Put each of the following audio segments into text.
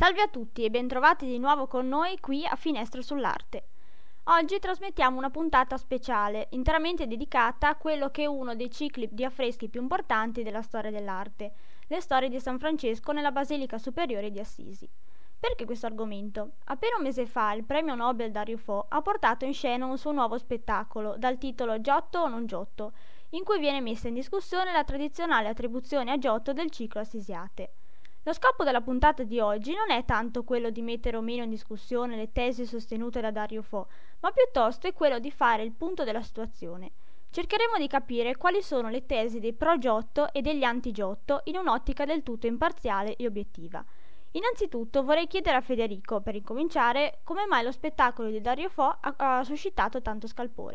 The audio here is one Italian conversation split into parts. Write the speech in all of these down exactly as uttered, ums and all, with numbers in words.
Salve a tutti e bentrovati di nuovo con noi qui a Finestre sull'Arte. Oggi trasmettiamo una puntata speciale, interamente dedicata a quello che è uno dei cicli di affreschi più importanti della storia dell'arte, le storie di San Francesco nella Basilica Superiore di Assisi. Perché questo argomento? Appena un mese fa il premio Nobel Dario Fo ha portato in scena un suo nuovo spettacolo dal titolo Giotto o non Giotto, in cui viene messa in discussione la tradizionale attribuzione a Giotto del ciclo Assisiate. Lo scopo della puntata di oggi non è tanto quello di mettere o meno in discussione le tesi sostenute da Dario Fo, ma piuttosto è quello di fare il punto della situazione. Cercheremo di capire quali sono le tesi dei pro-Giotto e degli anti-Giotto in un'ottica del tutto imparziale e obiettiva. Innanzitutto vorrei chiedere a Federico, per incominciare, come mai lo spettacolo di Dario Fo ha, ha suscitato tanto scalpore.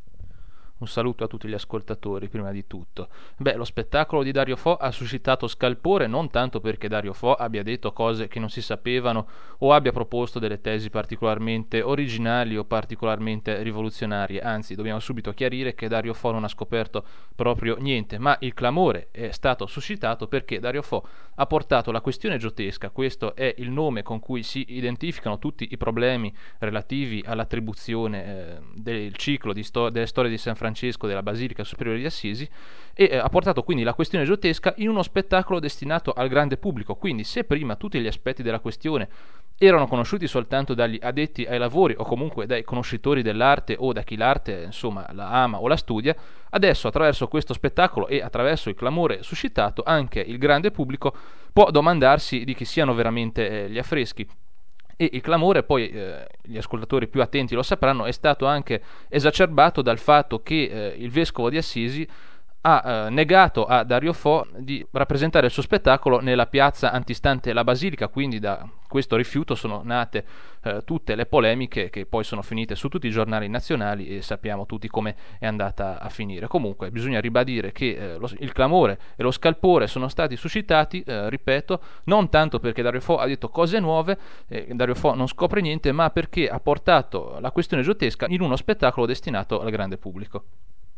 Un saluto a tutti gli ascoltatori, prima di tutto. Beh, lo spettacolo di Dario Fo ha suscitato scalpore non tanto perché Dario Fo abbia detto cose che non si sapevano o abbia proposto delle tesi particolarmente originali o particolarmente rivoluzionarie, anzi, dobbiamo subito chiarire che Dario Fo non ha scoperto proprio niente, ma il clamore è stato suscitato perché Dario Fo ha portato la questione giottesca, questo è il nome con cui si identificano tutti i problemi relativi all'attribuzione eh, del ciclo di sto- delle storie di San Francesco Francesco della Basilica Superiore di Assisi e eh, ha portato quindi la questione giottesca in uno spettacolo destinato al grande pubblico. Quindi se prima tutti gli aspetti della questione erano conosciuti soltanto dagli addetti ai lavori o comunque dai conoscitori dell'arte o da chi l'arte insomma la ama o la studia, adesso attraverso questo spettacolo e attraverso il clamore suscitato anche il grande pubblico può domandarsi di chi siano veramente eh, gli affreschi. E il clamore, poi eh, gli ascoltatori più attenti lo sapranno, è stato anche esacerbato dal fatto che eh, il vescovo di Assisi ha eh, negato a Dario Fo di rappresentare il suo spettacolo nella piazza antistante la basilica, quindi da questo rifiuto sono nate eh, tutte le polemiche che poi sono finite su tutti i giornali nazionali e sappiamo tutti come è andata a finire. Comunque bisogna ribadire che eh, lo, il clamore e lo scalpore sono stati suscitati, eh, ripeto, non tanto perché Dario Fo ha detto cose nuove, eh, Dario Fo non scopre niente, ma perché ha portato la questione giottesca in uno spettacolo destinato al grande pubblico.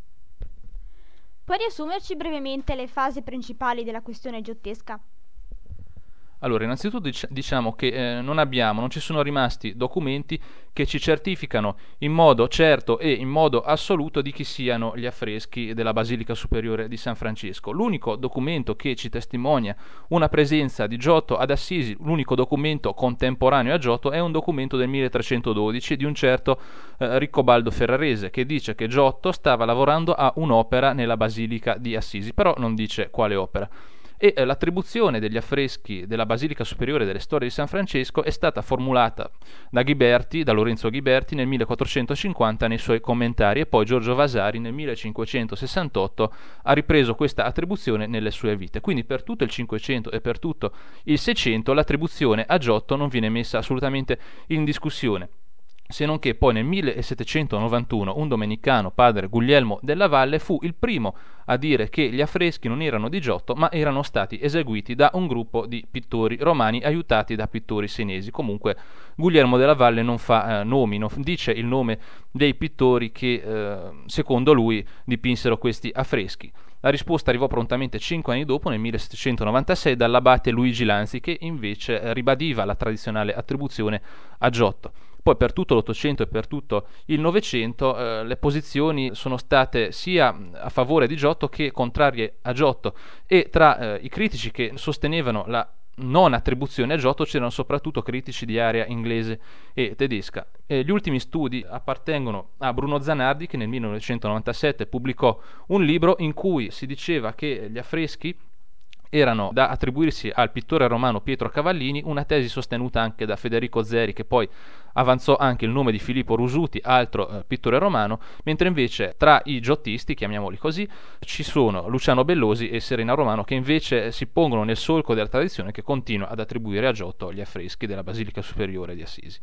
Puoi riassumerci brevemente le fasi principali della questione giottesca? Allora, innanzitutto dic- diciamo che eh, non abbiamo, non ci sono rimasti documenti che ci certificano in modo certo e in modo assoluto di chi siano gli affreschi della Basilica Superiore di San Francesco. L'unico documento che ci testimonia una presenza di Giotto ad Assisi, l'unico documento contemporaneo a Giotto, è un documento del milletrecentododici di un certo eh, Ricobaldo Ferrarese, che dice che Giotto stava lavorando a un'opera nella Basilica di Assisi, però non dice quale opera. E eh, l'attribuzione degli affreschi della Basilica Superiore delle Storie di San Francesco è stata formulata da Ghiberti, da Lorenzo Ghiberti nel millequattrocentocinquanta nei suoi commentari e poi Giorgio Vasari nel millecinquecentosessantotto ha ripreso questa attribuzione nelle sue vite. Quindi per tutto il Cinquecento e per tutto il Seicento l'attribuzione a Giotto non viene messa assolutamente in discussione, se non che poi nel millesettecentonovantuno un domenicano, padre Guglielmo della Valle, fu il primo a dire che gli affreschi non erano di Giotto ma erano stati eseguiti da un gruppo di pittori romani aiutati da pittori senesi. Comunque Guglielmo della Valle non fa eh, nomi, non dice il nome dei pittori che eh, secondo lui dipinsero questi affreschi. La risposta arrivò prontamente cinque anni dopo, nel millesettecentonovantasei, dall'abate Luigi Lanzi, che invece eh, ribadiva la tradizionale attribuzione a Giotto. Poi per tutto l'Ottocento e per tutto il Novecento eh, le posizioni sono state sia a favore di Giotto che contrarie a Giotto, e tra eh, i critici che sostenevano la non attribuzione a Giotto c'erano soprattutto critici di area inglese e tedesca. E gli ultimi studi appartengono a Bruno Zanardi, che nel millenovecentonovantasette pubblicò un libro in cui si diceva che gli affreschi erano da attribuirsi al pittore romano Pietro Cavallini, una tesi sostenuta anche da Federico Zeri, che poi avanzò anche il nome di Filippo Rusuti, altro eh, pittore romano, mentre invece tra i giottisti, chiamiamoli così, ci sono Luciano Bellosi e Serena Romano, che invece si pongono nel solco della tradizione che continua ad attribuire a Giotto gli affreschi della Basilica Superiore di Assisi.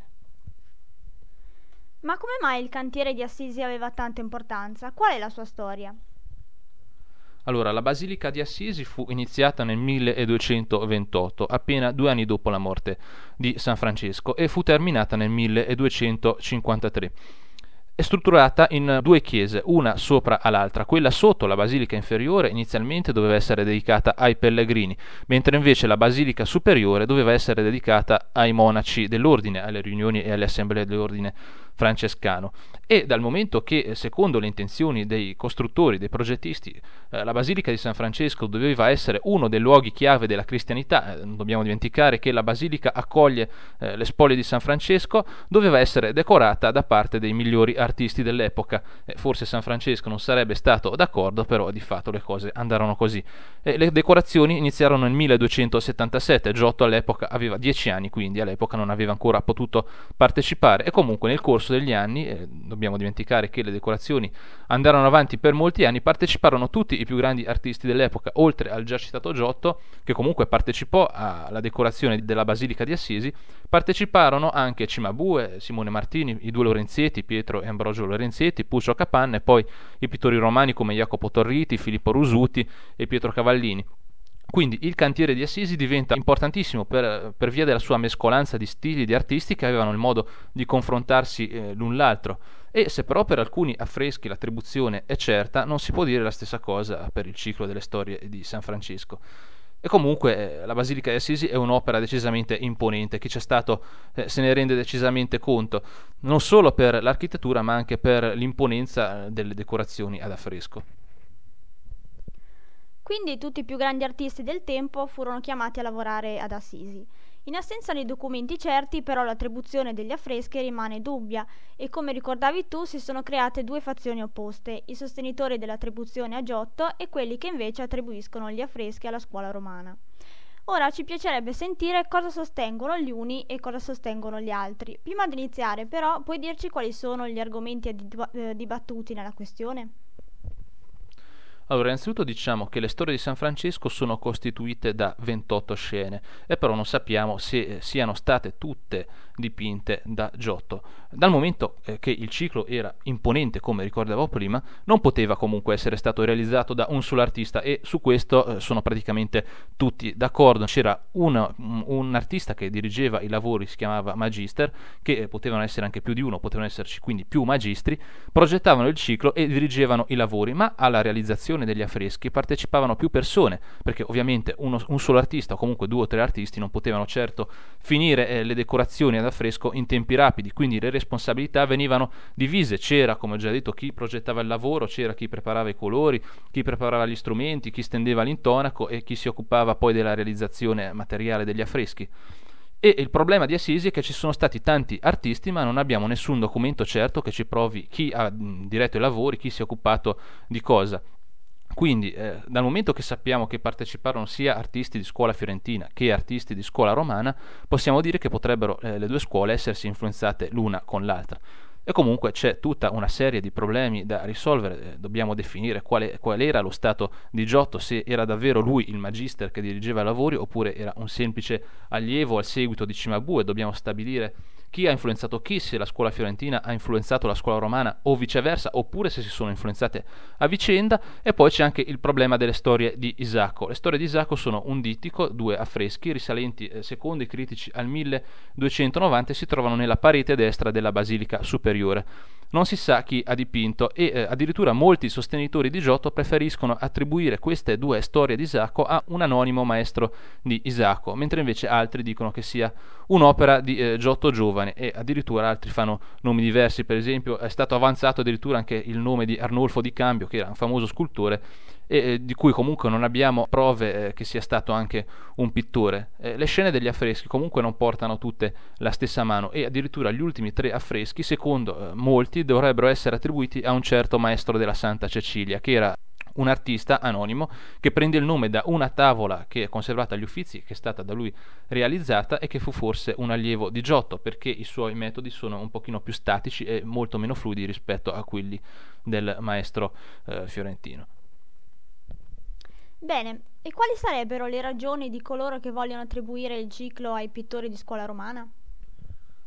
Ma come mai il cantiere di Assisi aveva tanta importanza? Qual è la sua storia? Allora, la Basilica di Assisi fu iniziata nel milleduecentoventotto, appena due anni dopo la morte di San Francesco, e fu terminata nel milleduecentocinquantatré. È strutturata in due chiese, una sopra all'altra. Quella sotto, la basilica inferiore, inizialmente doveva essere dedicata ai pellegrini, mentre invece la basilica superiore doveva essere dedicata ai monaci dell'ordine, alle riunioni e alle assemblee dell'ordine francescano. E dal momento che, secondo le intenzioni dei costruttori, dei progettisti, eh, la Basilica di San Francesco doveva essere uno dei luoghi chiave della cristianità, eh, non dobbiamo dimenticare che la Basilica accoglie eh, le spoglie di San Francesco, doveva essere decorata da parte dei migliori artisti dell'epoca. Eh, forse San Francesco non sarebbe stato d'accordo, però di fatto le cose andarono così. E le decorazioni iniziarono nel milleduecentosettantasette, Giotto all'epoca aveva dieci anni, quindi all'epoca non aveva ancora potuto partecipare, e comunque nel corso degli anni, eh, dobbiamo dimenticare che le decorazioni andarono avanti per molti anni, parteciparono tutti i più grandi artisti dell'epoca, oltre al già citato Giotto, che comunque partecipò alla decorazione della Basilica di Assisi. Parteciparono anche Cimabue, Simone Martini, i due Lorenzetti, Pietro e Ambrogio Lorenzetti, Puccio Capanna, e poi i pittori romani come Jacopo Torriti, Filippo Rusuti e Pietro Cavallini. Quindi il cantiere di Assisi diventa importantissimo per, per via della sua mescolanza di stili, di artisti che avevano il modo di confrontarsi eh, l'un l'altro. E se però per alcuni affreschi l'attribuzione è certa, non si può dire la stessa cosa per il ciclo delle storie di San Francesco. E comunque eh, la Basilica di Assisi è un'opera decisamente imponente, chi c'è stato eh, se ne rende decisamente conto, non solo per l'architettura ma anche per l'imponenza eh, delle decorazioni ad affresco. Quindi tutti i più grandi artisti del tempo furono chiamati a lavorare ad Assisi. In assenza di documenti certi, però, l'attribuzione degli affreschi rimane dubbia e, come ricordavi tu, si sono create due fazioni opposte, i sostenitori dell'attribuzione a Giotto e quelli che invece attribuiscono gli affreschi alla scuola romana. Ora ci piacerebbe sentire cosa sostengono gli uni e cosa sostengono gli altri. Prima di iniziare, però, puoi dirci quali sono gli argomenti eh, dibattuti nella questione? Allora, innanzitutto diciamo che le storie di San Francesco sono costituite da ventotto scene, e però non sappiamo se siano state tutte dipinte da Giotto. Dal momento eh, che il ciclo era imponente, come ricordavo prima, non poteva comunque essere stato realizzato da un solo artista, e su questo eh, sono praticamente tutti d'accordo. C'era un, un artista che dirigeva i lavori, si chiamava Magister, che eh, potevano essere anche più di uno, potevano esserci quindi più magistri, progettavano il ciclo e dirigevano i lavori, ma alla realizzazione degli affreschi partecipavano più persone, perché ovviamente uno, un solo artista o comunque due o tre artisti non potevano certo finire eh, le decorazioni ad affresco in tempi rapidi, quindi le responsabilità venivano divise. C'era, come ho già detto, chi progettava il lavoro, c'era chi preparava i colori, chi preparava gli strumenti, chi stendeva l'intonaco e chi si occupava poi della realizzazione materiale degli affreschi. E il problema di Assisi è che ci sono stati tanti artisti, ma non abbiamo nessun documento certo che ci provi chi ha mh, diretto i lavori, chi si è occupato di cosa. Quindi, eh, dal momento che sappiamo che parteciparono sia artisti di scuola fiorentina che artisti di scuola romana, possiamo dire che potrebbero eh, le due scuole essersi influenzate l'una con l'altra. E comunque c'è tutta una serie di problemi da risolvere. Eh, dobbiamo definire quale, qual era lo stato di Giotto, se era davvero lui il magister che dirigeva i lavori oppure era un semplice allievo al seguito di Cimabue. Dobbiamo stabilire chi ha influenzato chi, se la scuola fiorentina ha influenzato la scuola romana o viceversa, oppure se si sono influenzate a vicenda. E poi c'è anche il problema delle storie di Isacco. Le storie di Isacco sono un dittico, due affreschi risalenti eh, secondo i critici al milleduecentonovanta, e si trovano nella parete destra della Basilica Superiore. Non si sa chi ha dipinto e eh, addirittura molti sostenitori di Giotto preferiscono attribuire queste due storie di Isacco a un anonimo maestro di Isacco, mentre invece altri dicono che sia un'opera di eh, Giotto giovane, e addirittura altri fanno nomi diversi. Per esempio è stato avanzato addirittura anche il nome di Arnolfo di Cambio, che era un famoso scultore e eh, di cui comunque non abbiamo prove eh, che sia stato anche un pittore. Eh, le scene degli affreschi comunque non portano tutte la stessa mano, e addirittura gli ultimi tre affreschi, secondo eh, molti, dovrebbero essere attribuiti a un certo maestro della Santa Cecilia, che era un artista anonimo che prende il nome da una tavola che è conservata agli Uffizi, che è stata da lui realizzata e che fu forse un allievo di Giotto, perché i suoi metodi sono un pochino più statici e molto meno fluidi rispetto a quelli del maestro eh, fiorentino. Bene, e quali sarebbero le ragioni di coloro che vogliono attribuire il ciclo ai pittori di scuola romana?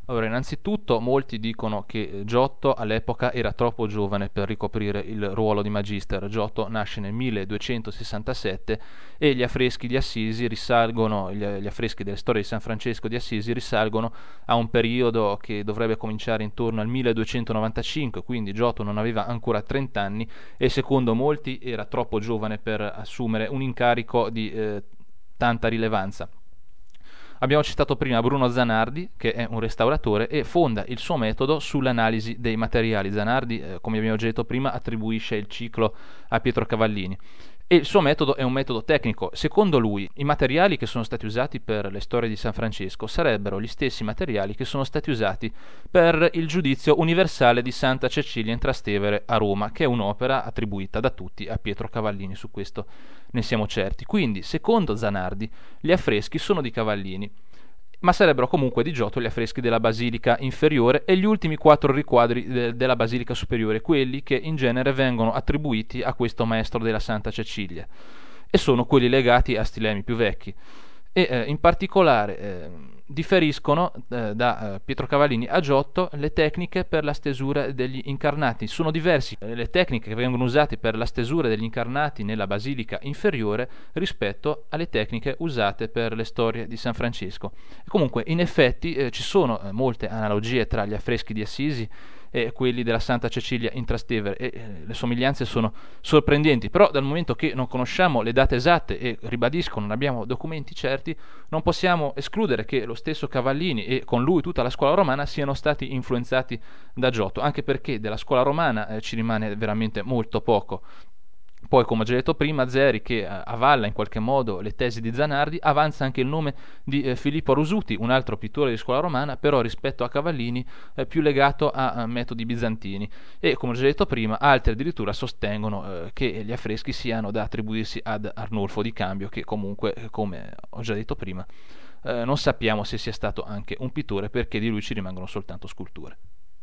Allora, innanzitutto molti dicono che Giotto all'epoca era troppo giovane per ricoprire il ruolo di magister. Giotto nasce nel milleduecentosessantasette e gli affreschi di Assisi risalgono, gli, gli affreschi delle storie di San Francesco di Assisi risalgono a un periodo che dovrebbe cominciare intorno al milleduecentonovantacinque, quindi Giotto non aveva ancora trenta anni e secondo molti era troppo giovane per assumere un incarico di eh, tanta rilevanza. Abbiamo citato prima Bruno Zanardi, che è un restauratore e fonda il suo metodo sull'analisi dei materiali. Zanardi, eh, come abbiamo già detto prima, attribuisce il ciclo a Pietro Cavallini. E il suo metodo è un metodo tecnico. Secondo lui, i materiali che sono stati usati per le storie di San Francesco sarebbero gli stessi materiali che sono stati usati per il giudizio universale di Santa Cecilia in Trastevere a Roma, che è un'opera attribuita da tutti a Pietro Cavallini, su questo ne siamo certi. Quindi, secondo Zanardi, gli affreschi sono di Cavallini, ma sarebbero comunque di Giotto gli affreschi della Basilica inferiore e gli ultimi quattro riquadri de- della Basilica superiore, quelli che in genere vengono attribuiti a questo maestro della Santa Cecilia, e sono quelli legati a stilemi più vecchi. E eh, in particolare eh, differiscono eh, da eh, Pietro Cavallini a Giotto le tecniche per la stesura degli incarnati. Sono diverse eh, le tecniche che vengono usate per la stesura degli incarnati nella Basilica inferiore rispetto alle tecniche usate per le storie di San Francesco. E comunque, in effetti, eh, ci sono eh, molte analogie tra gli affreschi di Assisi e quelli della Santa Cecilia in Trastevere, e eh, le somiglianze sono sorprendenti, però dal momento che non conosciamo le date esatte e, ribadisco, non abbiamo documenti certi, non possiamo escludere che lo stesso Cavallini e con lui tutta la scuola romana siano stati influenzati da Giotto, anche perché della scuola romana eh, ci rimane veramente molto poco. Poi, come ho già detto prima, Zeri, che eh, avalla in qualche modo le tesi di Zanardi, avanza anche il nome di eh, Filippo Rosuti, un altro pittore di scuola romana, però rispetto a Cavallini eh, più legato a, a metodi bizantini. E, come ho già detto prima, altri addirittura sostengono eh, che gli affreschi siano da attribuirsi ad Arnolfo di Cambio, che comunque, eh, come ho già detto prima, eh, non sappiamo se sia stato anche un pittore, perché di lui ci rimangono soltanto sculture.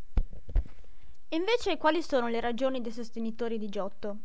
E invece quali sono le ragioni dei sostenitori di Giotto?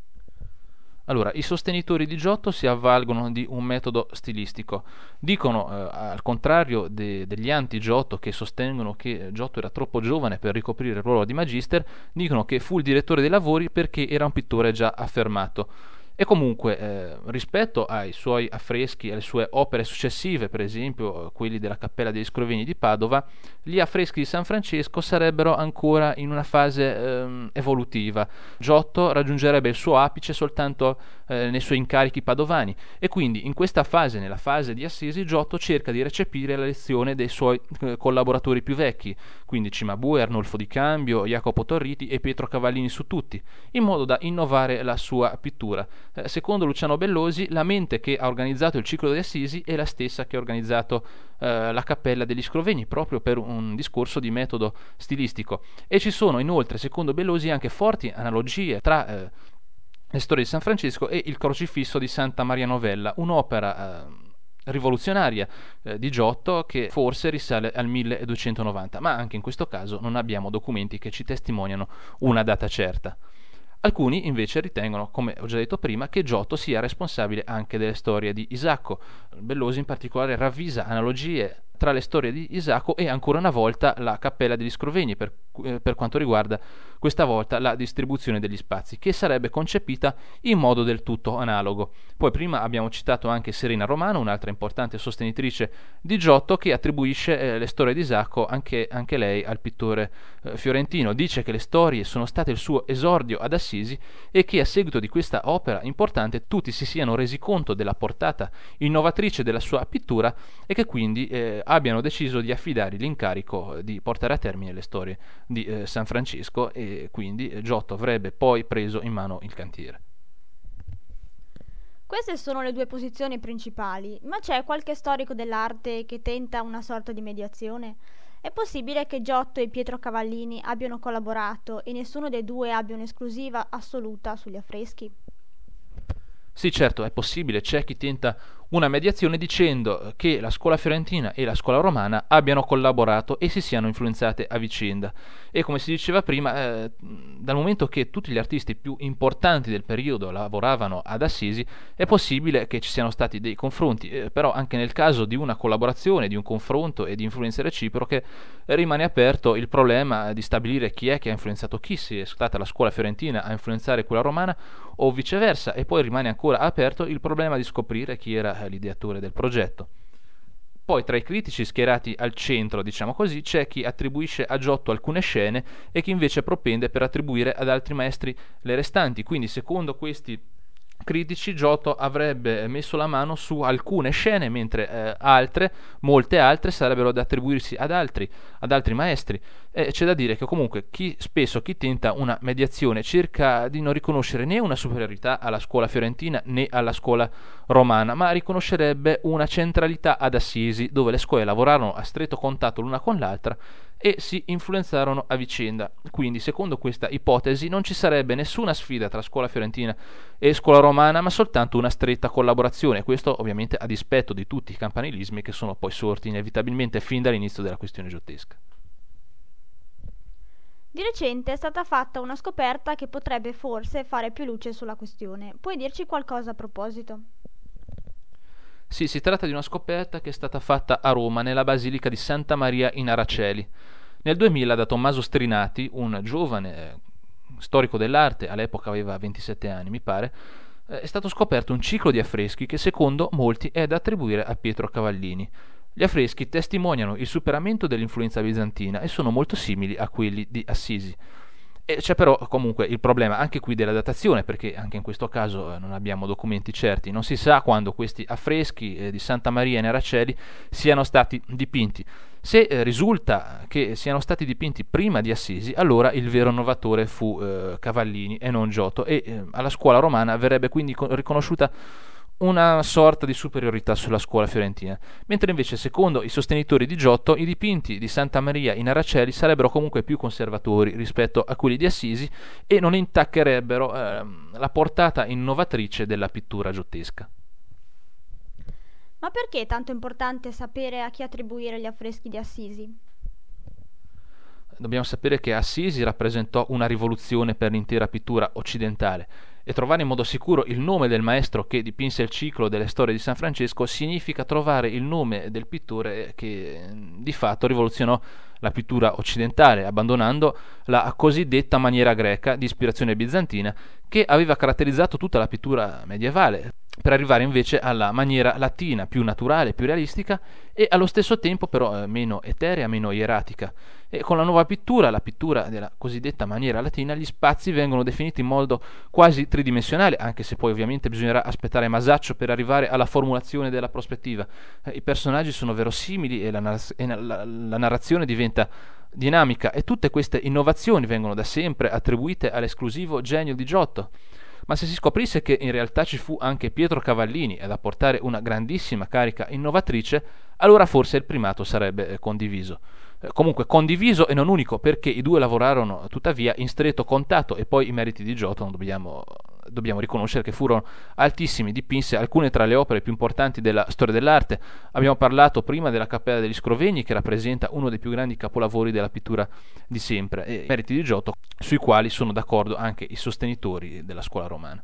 Allora, i sostenitori di Giotto si avvalgono di un metodo stilistico. Dicono, eh, al contrario de- degli anti-Giotto, che sostengono che Giotto era troppo giovane per ricoprire il ruolo di magister, dicono che fu il direttore dei lavori perché era un pittore già affermato. E comunque, eh, rispetto ai suoi affreschi e alle sue opere successive, per esempio eh, quelli della Cappella degli Scrovegni di Padova, gli affreschi di San Francesco sarebbero ancora in una fase ehm, evolutiva. Giotto raggiungerebbe il suo apice soltanto eh, nei suoi incarichi padovani, e quindi in questa fase, nella fase di Assisi, Giotto cerca di recepire la lezione dei suoi eh, collaboratori più vecchi, quindi Cimabue, Arnolfo di Cambio, Jacopo Torriti e Pietro Cavallini su tutti, in modo da innovare la sua pittura. Eh, secondo Luciano Bellosi, la mente che ha organizzato il ciclo di Assisi è la stessa che ha organizzato eh, la Cappella degli Scrovegni, proprio per un discorso di metodo stilistico. E ci sono inoltre, secondo Bellosi, anche forti analogie tra eh, le storie di San Francesco e il crocifisso di Santa Maria Novella, un'opera eh, rivoluzionaria eh, di Giotto che forse risale al milleduecentonovanta, ma anche in questo caso non abbiamo documenti che ci testimoniano una data certa. Alcuni invece ritengono, come ho già detto prima, che Giotto sia responsabile anche delle storie di Isacco. Bellosi in particolare ravvisa analogie tra le storie di Isacco e ancora una volta la Cappella degli Scrovegni per, eh, per quanto riguarda questa volta la distribuzione degli spazi, che sarebbe concepita in modo del tutto analogo. Poi prima abbiamo citato anche Serena Romano, un'altra importante sostenitrice di Giotto, che attribuisce eh, le storie di Isacco anche, anche lei al pittore eh, fiorentino. Dice che le storie sono state il suo esordio ad Assisi e che a seguito di questa opera importante tutti si siano resi conto della portata innovatrice della sua pittura e che quindi eh, abbiano deciso di affidare l'incarico di portare a termine le storie di eh, San Francesco, e quindi eh, Giotto avrebbe poi preso in mano il cantiere. Queste sono le due posizioni principali, ma c'è qualche storico dell'arte che tenta una sorta di mediazione? È possibile che Giotto e Pietro Cavallini abbiano collaborato e nessuno dei due abbia un'esclusiva assoluta sugli affreschi? Sì, certo, è possibile, c'è chi tenta una mediazione dicendo che la scuola fiorentina e la scuola romana abbiano collaborato e si siano influenzate a vicenda. E come si diceva prima, eh, dal momento che tutti gli artisti più importanti del periodo lavoravano ad Assisi, è possibile che ci siano stati dei confronti, eh, però anche nel caso di una collaborazione, di un confronto e di influenze reciproche, eh, rimane aperto il problema di stabilire chi è che ha influenzato chi, se è stata la scuola fiorentina a influenzare quella romana o viceversa, e poi rimane ancora aperto il problema di scoprire chi era l'ideatore del progetto. Poi tra i critici schierati al centro, diciamo così, c'è chi attribuisce a Giotto alcune scene e chi invece propende per attribuire ad altri maestri le restanti. Quindi secondo questi critici Giotto avrebbe messo la mano su alcune scene, mentre eh, altre, molte altre, sarebbero da attribuirsi ad altri, ad altri maestri. E c'è da dire che comunque chi, spesso chi tenta una mediazione cerca di non riconoscere né una superiorità alla scuola fiorentina né alla scuola romana, ma riconoscerebbe una centralità ad Assisi, dove le scuole lavorarono a stretto contatto l'una con l'altra e si influenzarono a vicenda. Quindi, secondo questa ipotesi, non ci sarebbe nessuna sfida tra scuola fiorentina e scuola romana, ma soltanto una stretta collaborazione. Questo ovviamente a dispetto di tutti i campanilismi che sono poi sorti inevitabilmente fin dall'inizio della questione giottesca. Di recente è stata fatta una scoperta che potrebbe forse fare più luce sulla questione. Puoi dirci qualcosa a proposito? Sì, si tratta di una scoperta che è stata fatta a Roma, nella Basilica di Santa Maria in Araceli. Nel duemila da Tommaso Strinati, un giovane eh, storico dell'arte, all'epoca aveva ventisette anni mi pare, eh, è stato scoperto un ciclo di affreschi che secondo molti è da attribuire a Pietro Cavallini. Gli affreschi testimoniano il superamento dell'influenza bizantina e sono molto simili a quelli di Assisi. E c'è però comunque il problema anche qui della datazione, perché anche in questo caso eh, non abbiamo documenti certi, non si sa quando questi affreschi eh, di Santa Maria in Araceli siano stati dipinti. Se eh, risulta che siano stati dipinti prima di Assisi, allora il vero innovatore fu eh, Cavallini e non Giotto, e eh, alla scuola romana verrebbe quindi co- riconosciuta una sorta di superiorità sulla scuola fiorentina, mentre invece secondo i sostenitori di Giotto i dipinti di Santa Maria in Araceli sarebbero comunque più conservatori rispetto a quelli di Assisi e non intaccherebbero eh, la portata innovatrice della pittura giottesca. Ma perché è tanto importante sapere a chi attribuire gli affreschi di Assisi? Dobbiamo sapere che Assisi rappresentò una rivoluzione per l'intera pittura occidentale, e trovare in modo sicuro il nome del maestro che dipinse il ciclo delle storie di San Francesco significa trovare il nome del pittore che di fatto rivoluzionò la pittura occidentale, abbandonando la cosiddetta maniera greca di ispirazione bizantina che aveva caratterizzato tutta la pittura medievale, per arrivare invece alla maniera latina, più naturale, più realistica e allo stesso tempo però eh, meno eterea, meno ieratica. E con la nuova pittura, la pittura della cosiddetta maniera latina, gli spazi vengono definiti in modo quasi tridimensionale, anche se poi ovviamente bisognerà aspettare Masaccio per arrivare alla formulazione della prospettiva. Eh, I personaggi sono verosimili e la, narra- e la, la narrazione diventa dinamica, e tutte queste innovazioni vengono da sempre attribuite all'esclusivo genio di Giotto. Ma se si scoprisse che in realtà ci fu anche Pietro Cavallini ad apportare una grandissima carica innovatrice, allora forse il primato sarebbe eh, condiviso. Eh, comunque condiviso e non unico, perché i due lavorarono tuttavia in stretto contatto, e poi i meriti di Giotto non dobbiamo, dobbiamo riconoscere che furono altissimi. Dipinse alcune tra le opere più importanti della storia dell'arte. Abbiamo parlato prima della Cappella degli Scrovegni, che rappresenta uno dei più grandi capolavori della pittura di sempre, e i meriti di Giotto sui quali sono d'accordo anche i sostenitori della scuola romana.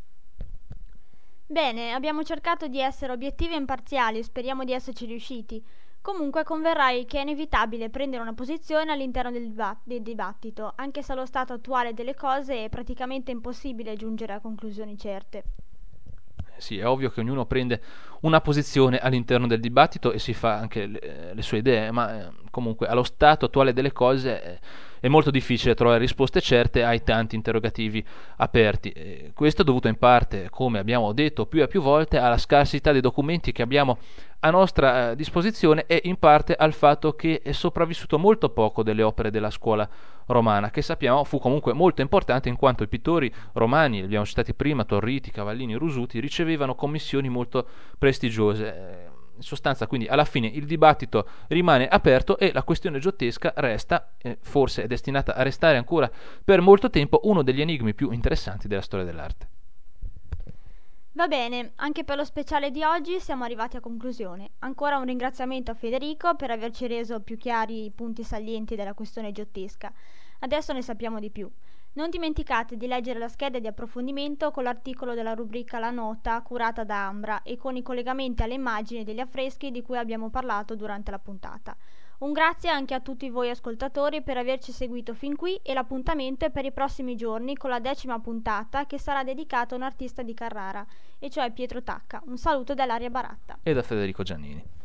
Bene, abbiamo cercato di essere obiettivi e imparziali, speriamo di esserci riusciti. Comunque converrai che è inevitabile prendere una posizione all'interno del, dibat- del dibattito, anche se allo stato attuale delle cose è praticamente impossibile giungere a conclusioni certe. Sì, è ovvio che ognuno prende una posizione all'interno del dibattito e si fa anche le, le sue idee, ma eh, comunque allo stato attuale delle cose eh, è molto difficile trovare risposte certe ai tanti interrogativi aperti. Eh, questo è dovuto in parte, come abbiamo detto più e più volte, alla scarsità dei documenti che abbiamo a nostra eh, disposizione, e in parte al fatto che è sopravvissuto molto poco delle opere della scuola romana, che sappiamo fu comunque molto importante in quanto i pittori romani, li abbiamo citati prima, Torriti, Cavallini, Rusuti, ricevevano commissioni molto prestigiose. In sostanza, quindi, alla fine il dibattito rimane aperto e la questione giottesca resta, eh, forse è destinata a restare ancora per molto tempo, uno degli enigmi più interessanti della storia dell'arte. Va bene, anche per lo speciale di oggi siamo arrivati a conclusione. Ancora un ringraziamento a Federico per averci reso più chiari i punti salienti della questione giottesca. Adesso ne sappiamo di più. Non dimenticate di leggere la scheda di approfondimento con l'articolo della rubrica La Nota curata da Ambra e con i collegamenti alle immagini degli affreschi di cui abbiamo parlato durante la puntata. Un grazie anche a tutti voi ascoltatori per averci seguito fin qui e l'appuntamento è per i prossimi giorni con la decima puntata che sarà dedicata a un artista di Carrara, e cioè Pietro Tacca. Un saluto da Ilaria Baratta e da Federico Giannini.